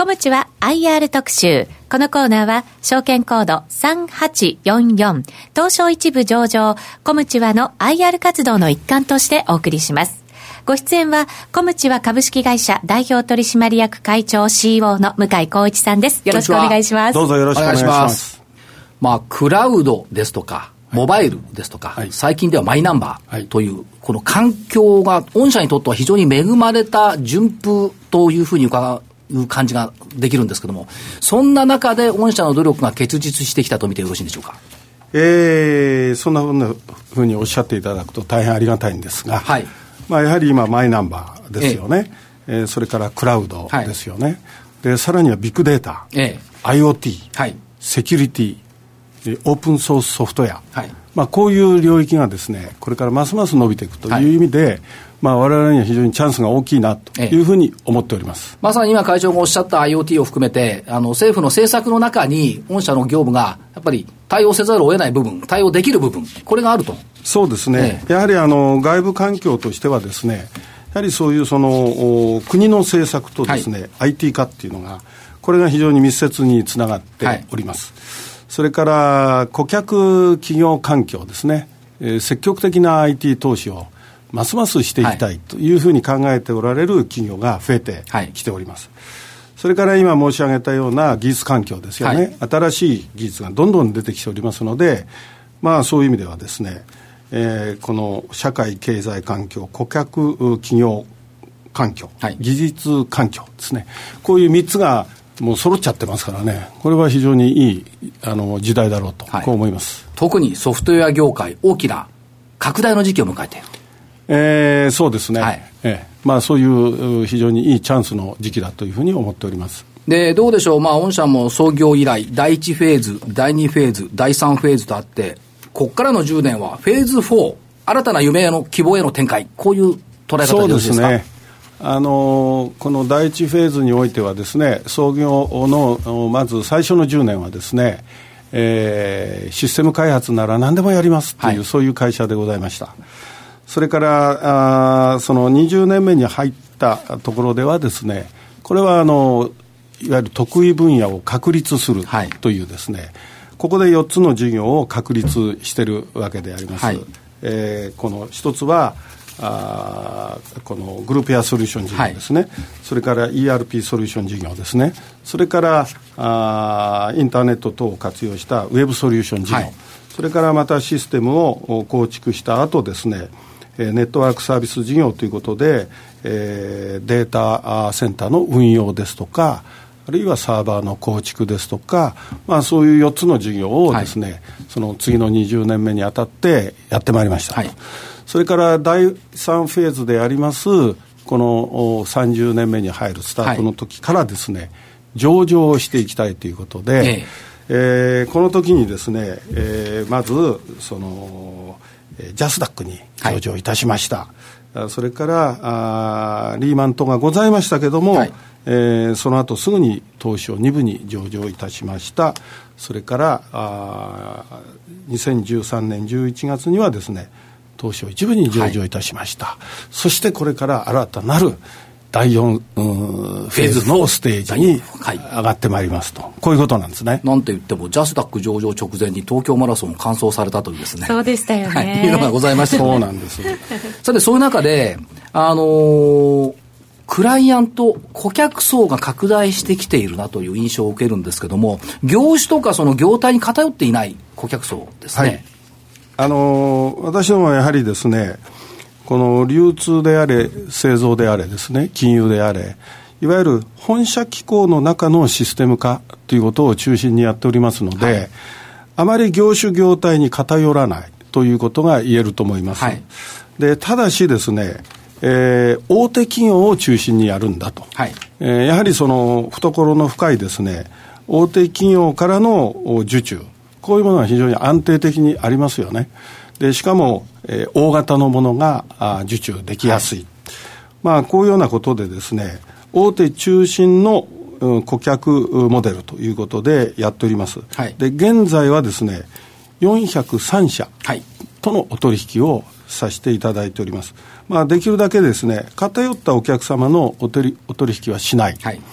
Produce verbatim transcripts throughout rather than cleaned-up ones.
コムチは アイアール 特集。このコーナーは証券コードさんはちよんよん東証一部上場コムチはの アイアール 活動の一環としてお送りします。ご出演はコムチは株式会社代表取締役会長 シーイーオー の向井光一さんです。よろしくお願いします。 どうぞよろしくお願いします。 まあ、クラウドですとかモバイルですとか、はい、最近ではマイナンバーという、はい、この環境が御社にとっては非常に恵まれた順風というふうに伺う感じができるんですけども、そんな中で御社の努力が結実してきたと見てよろしいんでしょうか。 えー、そんなふうにおっしゃっていただくと大変ありがたいんですが、はい、まあ、やはり今マイナンバーですよね、えええー、それからクラウドですよね、はい、でさらにはビッグデータ、ええ、IoT、はい、セキュリティ、オープンソースソフトウェア、はい、まあ、こういう領域がですねこれからますます伸びていくという意味で、はい、まあ、我々には非常にチャンスが大きいなというふうに思っております、 ええ、まさに今会長がおっしゃった IoT を含めてあの政府の政策の中に御社の業務がやっぱり対応せざるを得ない部分、対応できる部分、これがあると。 そうですね、ええ、やはりあの外部環境としてはですね、やはりそういうその国の政策とですね、はい、アイティー 化っていうのがこれが非常に密接につながっております、はい、それから顧客企業環境ですね、えー、積極的な アイティー 投資をますますしていきたいというふうに考えておられる企業が増えてきております、はい、それから今申し上げたような技術環境ですよね、はい、新しい技術がどんどん出てきておりますので、まあ、そういう意味ではですね、えー、この社会経済環境、顧客企業環境、はい、技術環境ですね、こういうみっつがもう揃っちゃってますからね、これは非常にいいあの時代だろうと、はい、こう思います。 特にソフトウェア業界大きな拡大の時期を迎えている、 えー、そうですね、はい、えーまあ、そういう非常にいいチャンスの時期だというふうに思っております。 でどうでしょう、まあ、御社も創業以来だいいちフェーズ、だいにフェーズ、だいさんフェーズとあって、ここからのじゅうねんはフェーズフォー、新たな夢への希望への展開、こういう捉え方でよろしいですか。 そうですね、あのこのだいいちフェーズにおいてはですね、創業のまず最初のじゅうねんはですね、えー、システム開発なら何でもやりますという、はい、そういう会社でございました。それからあそのにじゅうねんめに入ったところではですね、これはあのいわゆる得意分野を確立するというですね、はい、ここでよっつの事業を確立しているわけであります、はい、えー、この一つはあこのグループやソリューション事業ですね、はい、それから イーアールピー ソリューション事業ですね、それからあインターネット等を活用したウェブソリューション事業、はい、それからまたシステムを構築した後ですね、ネットワークサービス事業ということで、えー、データセンターの運用ですとか、あるいはサーバーの構築ですとか、まあ、そういうよっつの事業をですね、はい、その次のにじゅうねんめにあたってやってまいりました、はい、それからだいさんフェーズでありますこのさんじゅうねんめに入るスタートの時からですね、はい、上場をしていきたいということで、えええー、この時にですね、えー、まずそのジャスダックに上場いたしました、はい、それからあリーマン等がございましたけども、はい、えー、その後すぐに東証に部に上場いたしました。それからあにせんじゅうさんねんじゅういちがつにはですね、東証一部に上場いたしました、はい、そしてこれから新たなるだいよんフェーズのステージに上がってまいりますと、こういうことなんですね。 なんて言ってもジャスダック上場直前に東京マラソンを完走されたというですね、 そうでしたよね、はい、 いうのがございましたよね。 そうなんですさてそういう中で、あのー、クライアント顧客層が拡大してきているなという印象を受けるんですけども、業種とかその業態に偏っていない顧客層ですね、はい、 あのー、私どもはやはりですね、この流通であれ製造であれですね、金融であれ、いわゆる本社機構の中のシステム化ということを中心にやっておりますので、はい、あまり業種業態に偏らないということが言えると思います、はい、でただしですね、えー、大手企業を中心にやるんだと、はい、えー、やはりその懐の深いですね、大手企業からの受注、こういうものは非常に安定的にありますよね。でしかも、えー、大型のものがあ受注できやすい、はい、まあ、こういうようなことでですね、大手中心の、うん、顧客モデルということでやっております、はい、で現在はですねよんひゃくさんしゃとのお取引をさせていただいております、まあ、できるだけですね偏ったお客様のお取り、お取引はしない、はい、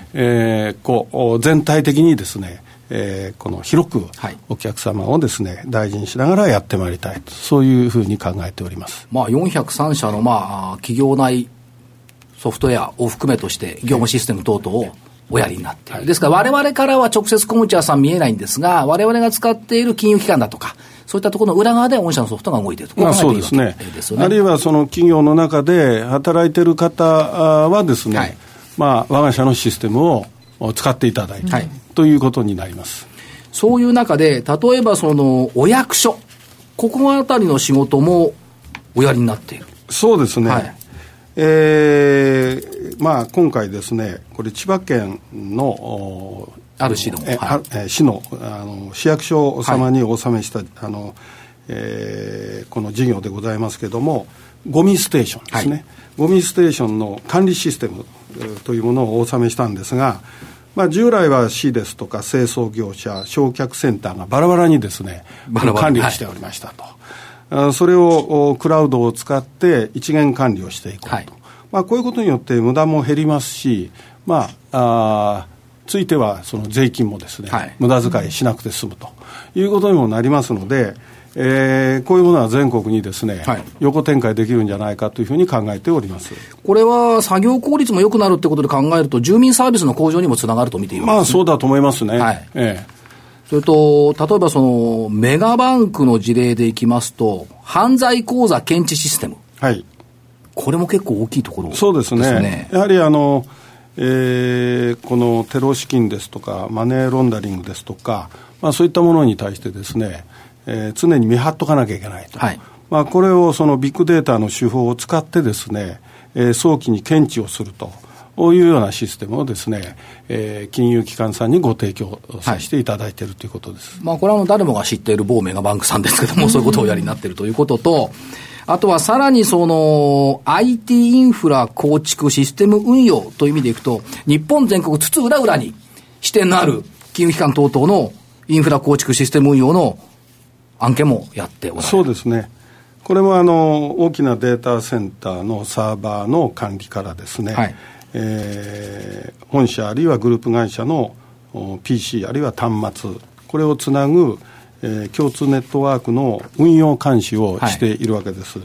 えー、こう全体的にですね、えー、この広くお客様をですね、はい、大事にしながらやってまいりたいと、そういうふうに考えております。 まあ、よんひゃくさんしゃの、まあ、企業内ソフトウェアを含めとして業務システム等々をおやりになっている、はい、ですから我々からは直接コムチャーさん見えないんですが、我々が使っている金融機関だとかそういったところの裏側で御社のソフトが動いていると、 まあ、そうですね。あるいはその企業の中で働いている方はですね、はい、まあ、我が社のシステムを使っていただいて、はい、ということになります。 そういう中で例えばそのお役所、ここあたりの仕事もおやりになっている。 そうですね、はい、えーまあ、今回ですね、これ千葉県のある市の、 えはい、市の、あの市役所様にお納めした、はい、あのえー、この事業でございますけれども、ゴミステーションですね、はい、ゴミステーションの管理システムというものをお納めしたんですが、まあ、従来は市ですとか清掃業者、焼却センターがバラバラにですね、バラバラ管理をしておりましたと、はい、それをクラウドを使って一元管理をしていこうと、はい、まあ、こういうことによって無駄も減りますし、まあ、あついてはその税金もですね、はい、無駄遣いしなくて済むということにもなりますので、えー、こういうものは全国にですね、はい、横展開できるんじゃないかというふうに考えております。 これは作業効率も良くなるということで考えると、住民サービスの向上にもつながると見ているんですね。 まあそうだと思いますね、はい、ええ、 それと例えばそのメガバンクの事例でいきますと、犯罪口座検知システム、はい、これも結構大きいところですね。 そうですね、やはりあの、えー、このテロ資金ですとかマネーロンダリングですとか、まあ、そういったものに対してですね、えー、常に見張っとかなきゃいけないと、はい、まあ、これをそのビッグデータの手法を使ってですね、えー、早期に検知をするというようなシステムをですね、えー、金融機関さんにご提供させていただいているということです、 はい、まあ、これは誰もが知っている某メガバンクさんですけども、そういうことをやりになっているということと、あとはさらにその アイティー インフラ構築システム運用という意味でいくと、日本全国津々浦々に支店のある金融機関等々のインフラ構築システム運用の案件もやっておられる。 そうですね、これもあの大きなデータセンターのサーバーの管理からですね、はい、えー、本社あるいはグループ会社の ピーシー あるいは端末、これをつなぐ、えー、共通ネットワークの運用監視をしているわけです、はい、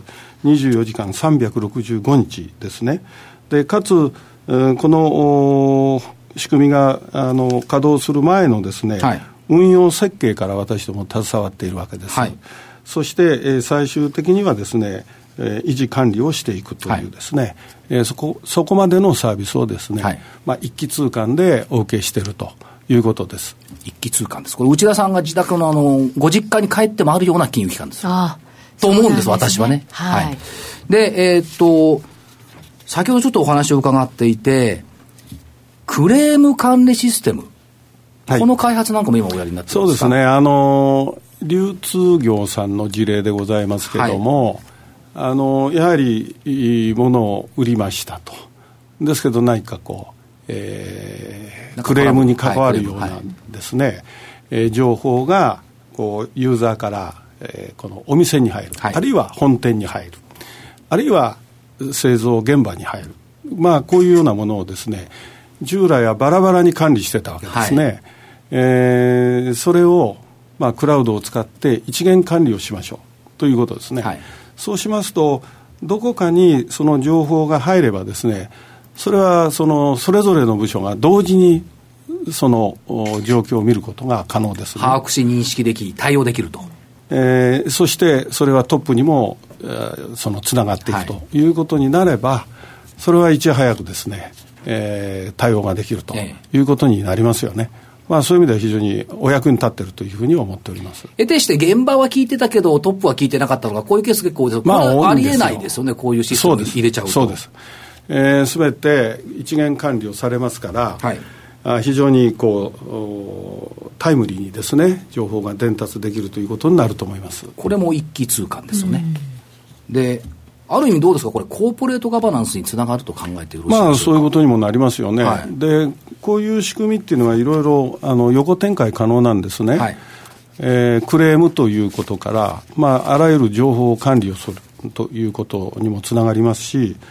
にじゅうよじかんさんびゃくろくじゅうごにちですね。でかつ、えー、この仕組みがあの稼働する前のですね、はい、運用設計から私ども携わっているわけです、はい、そして、えー、最終的にはですね、えー、維持管理をしていくというですね、はい、えー、そこ、そこまでのサービスをですね、はい、まあ、一気通貫でお受けしているということです。 一気通貫です。これ内田さんが自宅のあのご実家に帰って回るような金融機関です。ああ、と思うんです、ですね、私はね。はい。はい、で、えー、っと先ほどちょっとお話を伺っていて、クレーム管理システム、はい、この開発なんかも今おやりになっているんですか。 そうですね、あの流通業さんの事例でございますけれども、はい、あのやはりいいものを売りましたと。ですけど何かこう、えー、クレームに関わるようなですね、はい、えー、情報がこうユーザーから、えー、このお店に入る、はい、あるいは本店に入る、あるいは製造現場に入る、まあ、こういうようなものをですね、従来はバラバラに管理してたわけですね、はい、えー、それを、まあ、クラウドを使って一元管理をしましょうということですね、はい、そうしますとどこかにその情報が入ればですね、それはそのそれぞれの部署が同時にその状況を見ることが可能ですね。 把握し認識でき対応できると、 えー、そしてそれはトップにも、えー、そのつながっていくということになれば、はい、それはいち早くですね、えー、対応ができるということになりますよね、ええ、まあ、そういう意味では非常にお役に立っているというふうに思っております。 得てして現場は聞いてたけどトップは聞いてなかったのが、こういうケース結構です、まあ、ありえないですよね、こういうシステムに入れちゃうと。 そうです、えー、全て一元管理をされますから、はい、あ非常にこうタイムリーにですね情報が伝達できるということになると思います。 これも一気通貫ですよね、うん、である意味どうですか、これコーポレートガバナンスにつながると考えてよろしいでしょうか。 まあ、そういうことにもなりますよね、はい、でこういう仕組みっていうのはいろいろあの横展開可能なんですね、はい、えー、クレームということから、まあ、あらゆる情報管理をするということにもつながりますし、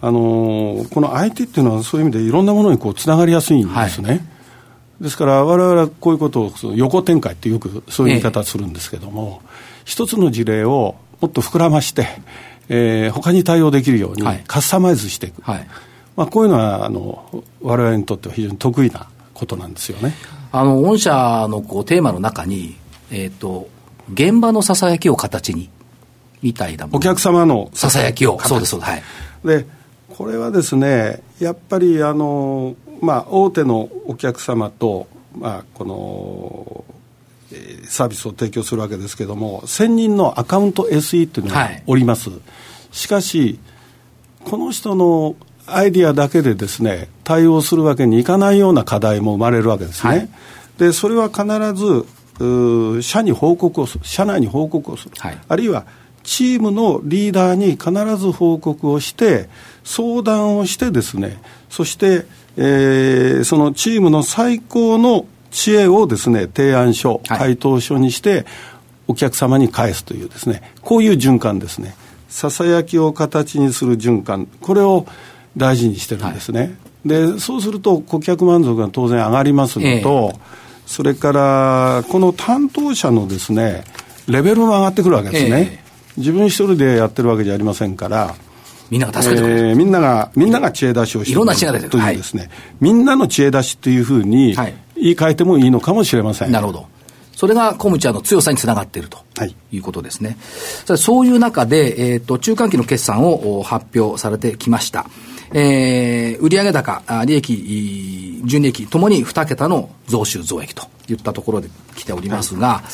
あのこの アイティー っていうのはそういう意味でいろんなものにこうつながりやすいんですね、はい、ですから我々はこういうことを横展開ってよくそういう言い方するんですけども、ええ、一つの事例をもっと膨らまして、えー、他に対応できるようにカスタマイズしていく、はい、まあ、こういうのはあの我々にとっては非常に得意なことなんですよね。 あの御社のこうテーマの中に、えーと、現場のささやきを形にみたいなもの、 お客様のささやきを、そうです、はい、でこれはですね、やっぱりあの、まあ、大手のお客様と、まあ、このサービスを提供するわけですけども、せんにんのアカウント エスイー っていうのがおります、はい、しかしこの人のアイディアだけでですね対応するわけにいかないような課題も生まれるわけですね、はい、でそれは必ず社に報告をする、社内に報告をする、はい、あるいはチームのリーダーに必ず報告をして相談をしてですね、そして、えー、そのチームの最高の知恵をですね提案書、回答書にしてお客様に返すというですね、こういう循環ですね。ささやきを形にする循環、これを大事にしてるんですね、はい、でそうすると顧客満足が当然上がりますのと、えー、それからこの担当者のですねレベルも上がってくるわけですね、えー、自分一人でやってるわけじゃありませんから、 みんなが助けてくれる、 えー、みんながみんなが知恵出しをしていろんな知恵が出てくるというですね、はい、みんなの知恵出しというふうに言い換えてもいいのかもしれません、はい、 なるほど。それがコムチャの強さにつながっているということですね、はい、そういう中で、えーと、中間期の決算を発表されてきました。えー、売上高、利益、純利益ともにに桁の増収増益といったところで来ておりますが、はい、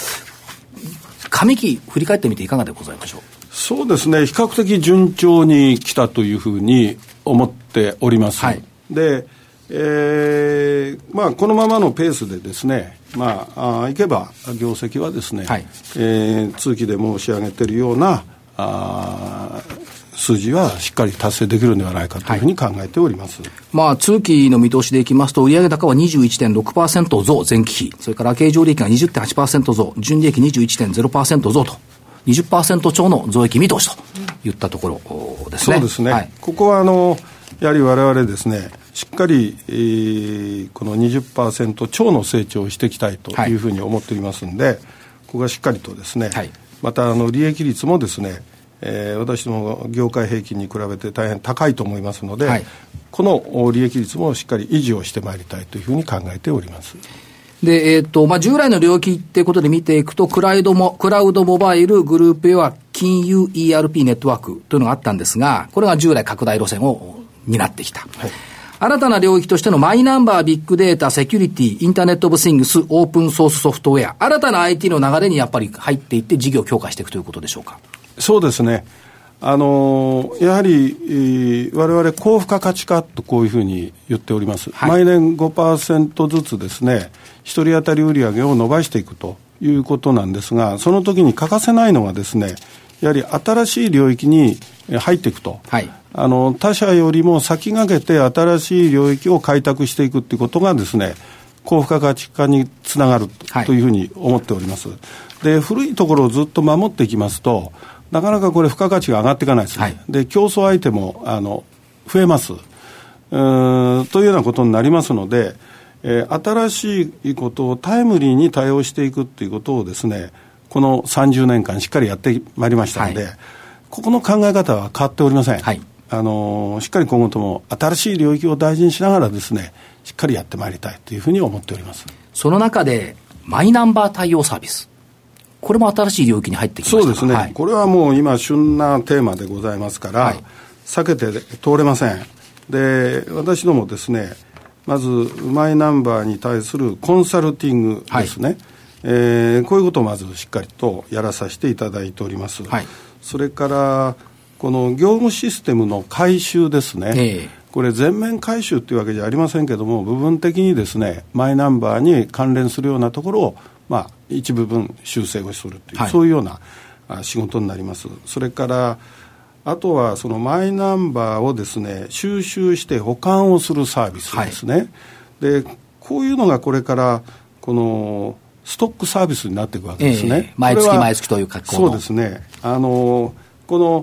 上期振り返ってみていかがでございましょう。 そうですね、比較的順調に来たというふうに思っております、はい、で、えーまあ、このままのペースでですね、まあ、あいけば業績はですね、はい、えー、通期で申し上げているようなあ数字はしっかり達成できるのではないかというふうに考えております、はい、 まあ、通期の見通しでいきますと売上高は にじゅういってんろくパーセント 増前期比、それから経常利益が にじゅってんはちパーセント 増、純利益 にじゅういってんゼロパーセント 増と にじゅっパーセント 超の増益見通しといったところですね。 そうですね、はい、ここはあのやはり我々ですねしっかり、えー、この にじゅっパーセント 超の成長をしていきたいというふうに思っておりますので、はい、ここがしっかりとですね、はい、またあの利益率もですね、えー、私の業界平均に比べて大変高いと思いますので、はい、この利益率もしっかり維持をしてまいりたいというふうに考えております。 で、えーとまあ、従来の領域っていうことで見ていくとクラウドもクラウドモバイルグループへは金融 イーアールピー ネットワークというのがあったんですが、これが従来拡大路線を担ってきた、はい、新たな領域としてのマイナンバー、ビッグデータ、セキュリティ、インターネットオブシングス、オープンソースソフトウェア、新たな アイティー の流れにやっぱり入っていって事業を強化していくということでしょうか。 そうですね、あのやはり、えー、我々高付加価値化とこういうふうに言っております、はい、毎年 ごパーセント ずつですね一人当たり売上を伸ばしていくということなんですが、その時に欠かせないのがですねやはり新しい領域に入っていくと、はい、あの他社よりも先駆けて新しい領域を開拓していくということがですね高付加価値化につながるというふうに思っております、はい、で古いところをずっと守っていきますとなかなかこれ付加価値が上がっていかないですね、はい、で競争相手もあの増えますうーんというようなことになりますので、えー、新しいことをタイムリーに対応していくということをですねこのさんじゅうねんかんしっかりやってまいりましたので、はい、ここの考え方は変わっておりません、はい、あのー、しっかり今後とも新しい領域を大事にしながらですねしっかりやってまいりたいというふうに思っております。 その中でマイナンバー対応サービス、これも新しい領域に入ってきました。 そうですね、はい、これはもう今旬なテーマでございますから、はい、避けて通れません。で私どもですねまずマイナンバーに対するコンサルティングですね、はい、えー、こういうことをまずしっかりとやらさせていただいております、はい、それからこの業務システムの改修ですね、えー、これ全面改修というわけじゃありませんけども部分的にですねマイナンバーに関連するようなところをまあ、一部分修正をするという、はい、そういうような仕事になります。それからあとはそのマイナンバーをですね収集して保管をするサービスですね、はい、でこういうのがこれからこのストックサービスになっていくわけですね、 えー、毎月毎月という格好のそうですね、あのこの、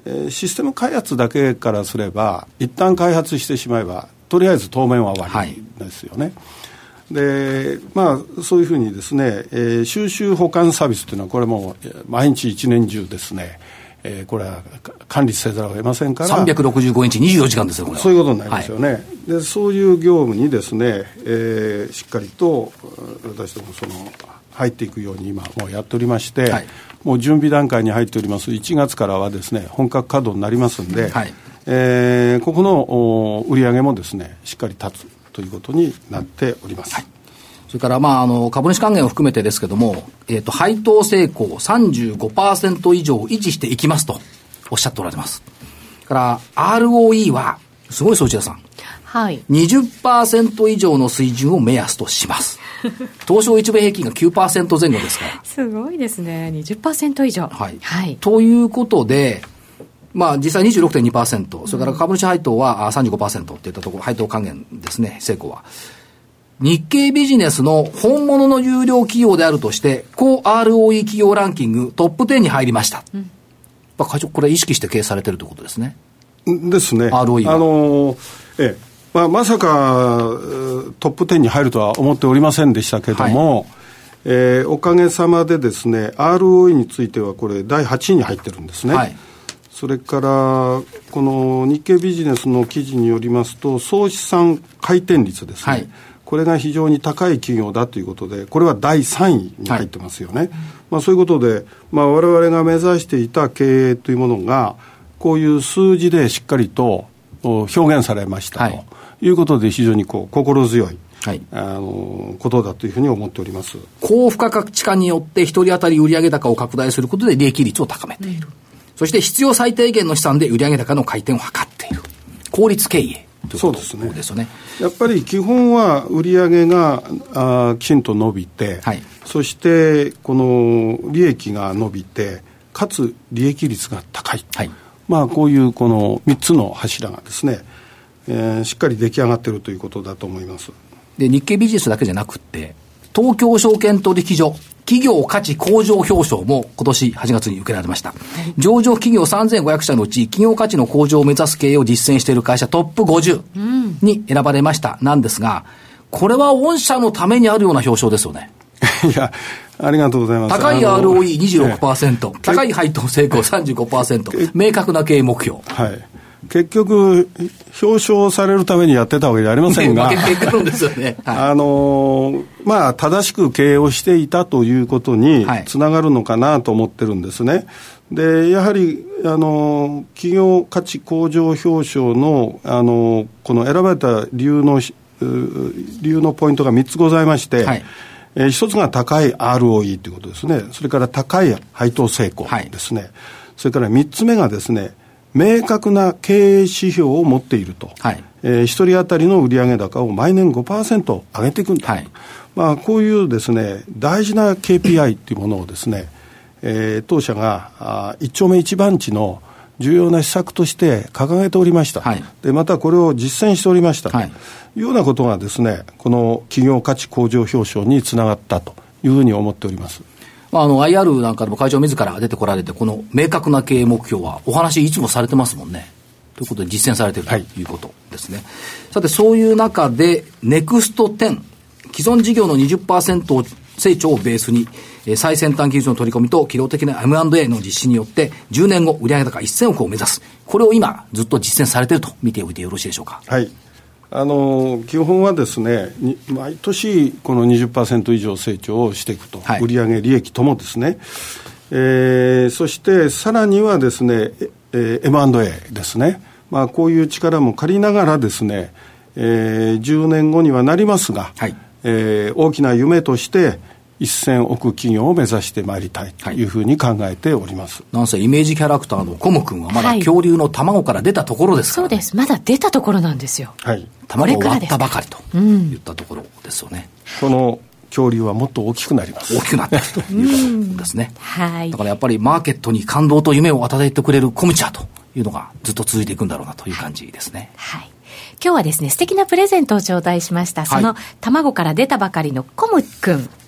えー、システム開発だけからすれば一旦開発してしまえばとりあえず当面は終わりですよね、はいでまあ、そういうふうにですね、えー、収集保管サービスというのはこれも毎日一年中ですね、えー、これは管理せざるを得ませんからさんびゃくろくじゅうごにちにじゅうよじかんですよこれは。 そういうことになりますよね、はい、でそういう業務にですね、えー、しっかりと私どもその入っていくように今もうやっておりまして、はい、もう準備段階に入っておりますいちがつからはですね本格稼働になりますんで、はいえー、ここの売り上げもですねしっかり立つということになっております、はい、 それから、まあ、あの株主還元を含めてですけども、えーと、配当成功 さんじゅうごパーセント 以上維持していきますとおっしゃっておられます。から アールオーイー はすごい、総一田さん、はい、にじゅっパーセント 以上の水準を目安とします東証一部平均が きゅうパーセント 前後ですからすごいですね。 にじゅっパーセント 以上、 はいはい、ということでまあ、実際 にじゅうろくてんにパーセント、それから株主配当は さんじゅうごパーセント といったところ、配当還元ですね、成功は。日経ビジネスの本物の優良企業であるとして、高 アールオーイー 企業ランキングトップじゅうに入りました。うん、まあ、会長、これ意識して経営されてるということですね。 ですね。 アールオーイー は。 あのー、ええ。まあ、まさかトップじゅうに入るとは思っておりませんでしたけども、はいえー、おかげさまでですね、アールオーイー についてはこれだいはちいに入ってるんですね。はいそれからこの日経ビジネスの記事によりますと総資産回転率ですね、はい、これが非常に高い企業だということでこれはだいさんいに入ってますよね、はいまあ、そういうことで、まあ、我々が目指していた経営というものがこういう数字でしっかりと表現されましたということで非常にこう心強いはい、あのことだというふうに思っております。 高付加価値化によって一人当たり売上高を拡大することで利益率を高めている、うんそして必要最低限の資産で売上高の回転を図っている効率経営ということですね。そうですよね。 やっぱり基本は売上があきちんと伸びて、はい、そしてこの利益が伸びてかつ利益率が高い、はいまあ、こういうこのみっつの柱がですね、えー、しっかり出来上がっているということだと思います。 で日経ビジネスだけじゃなくって東京証券取引所企業価値向上表彰も今年はちがつに受けられました、はい、上場企業さんぜんごひゃくしゃのうち企業価値の向上を目指す経営を実践している会社トップごじゅうに選ばれましたなんですがこれは御社のためにあるような表彰ですよねいやありがとうございます。 高い アールオーイーにじゅうろくパーセント、高い配当成功 さんじゅうごパーセント 明確な経営目標はい結局表彰されるためにやってたわけじゃありませんが、 ね、結論ですよね、はい、 あのまあ正しく経営をしていたということにつながるのかなと思ってるんですね。でやはりあの企業価値向上表彰のあのこの選ばれた理由の理由のポイントがみっつございまして、はいえー、ひとつが高い アールオーイー ということですね。それから高い配当成功ですね、はい、それからみっつめがですね明確な経営指標を持っていると、はいえー、一人当たりの売上高を毎年 ごパーセント 上げていくんだ、はいまあ、こういうですね大事な ケーピーアイ というものをですね、えー、当社があ一丁目一番地の重要な施策として掲げておりました、はい、でまたこれを実践しておりました、はい、というようなことがですねこの企業価値向上表彰につながったというふうに思っております。 まあ、あの アイアール なんかでも会長自ら出てこられてこの明確な経営目標はお話いつもされてますもんねということで実践されているということですね、はい、さてそういう中でネクストじゅう既存事業の にじゅっパーセント 成長をベースに最先端技術の取り込みと機動的な エムアンドエー の実施によってじゅうねんご売上高せんおくを目指すこれを今ずっと実践されていると見ておいてよろしいでしょうか。 はいあの基本はですね毎年この にじゅっパーセント 以上成長をしていくと、はい、売上利益ともですね、えー、そしてさらにはですね、えー、エムアンドエー ですね、まあ、こういう力も借りながらですね、えー、じゅうねんごにはなりますが、はいえー、大きな夢としてせんおく企業を目指してまいりたいというふうに考えております、 はい、なんせイメージキャラクターのコム君はまだ恐竜の卵から出たところですから、ねはい、 そうですまだ出たところなんですよ、 はい、卵を割ったばかりといったところですよね、 うん、この恐竜はもっと大きくなります大きくなっているということですね、はい、だからやっぱりマーケットに感動と夢を与えてくれるコムチャというのがずっと続いていくんだろうなという感じですね、 はいはい今日はですね素敵なプレゼントを頂戴しました。その卵から出たばかりのコムくん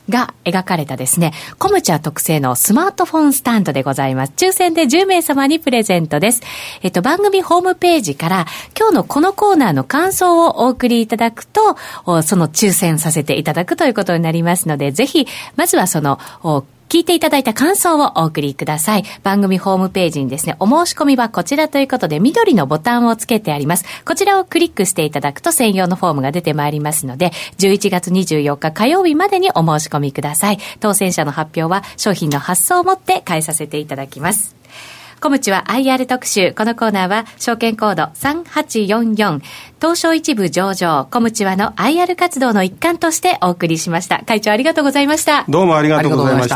が描かれたですね、コムチャ特製のスマートフォンスタンドでございます。抽選でじゅうめいさまにプレゼントです。えっと、番組ホームページから今日のこのコーナーの感想をお送りいただくと、その抽選させていただくということになりますので、ぜひ、まずはその、聞いていただいた感想をお送りください。番組ホームページにですね、お申し込みはこちらということで、緑のボタンをつけてあります。こちらをクリックしていただくと専用のフォームが出てまいりますので、じゅういちがつにじゅうよっか火曜日までにお申し込みください。当選者の発表は商品の発送をもって返させていただきます。コムチは アイアール 特集。このコーナーは証券コードさんはちよんよん、東証一部上場、コムチはの アイアール 活動の一環としてお送りしました。会長ありがとうございました。 どうもありがとうございました。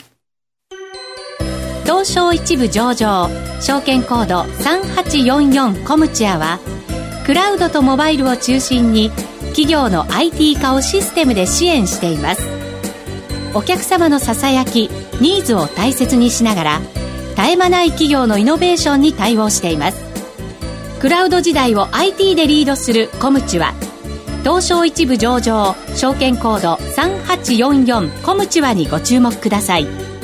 東証一部上場、証券コードさんはちよんよんコムチアは、クラウドとモバイルを中心に企業の アイティー 化をシステムで支援しています。お客様のささやき、ニーズを大切にしながら、絶え間ない企業のイノベーションに対応しています。クラウド時代を アイティー でリードするコムチは、東証一部上場、証券コードさんはちよんよんコムチはにご注目ください。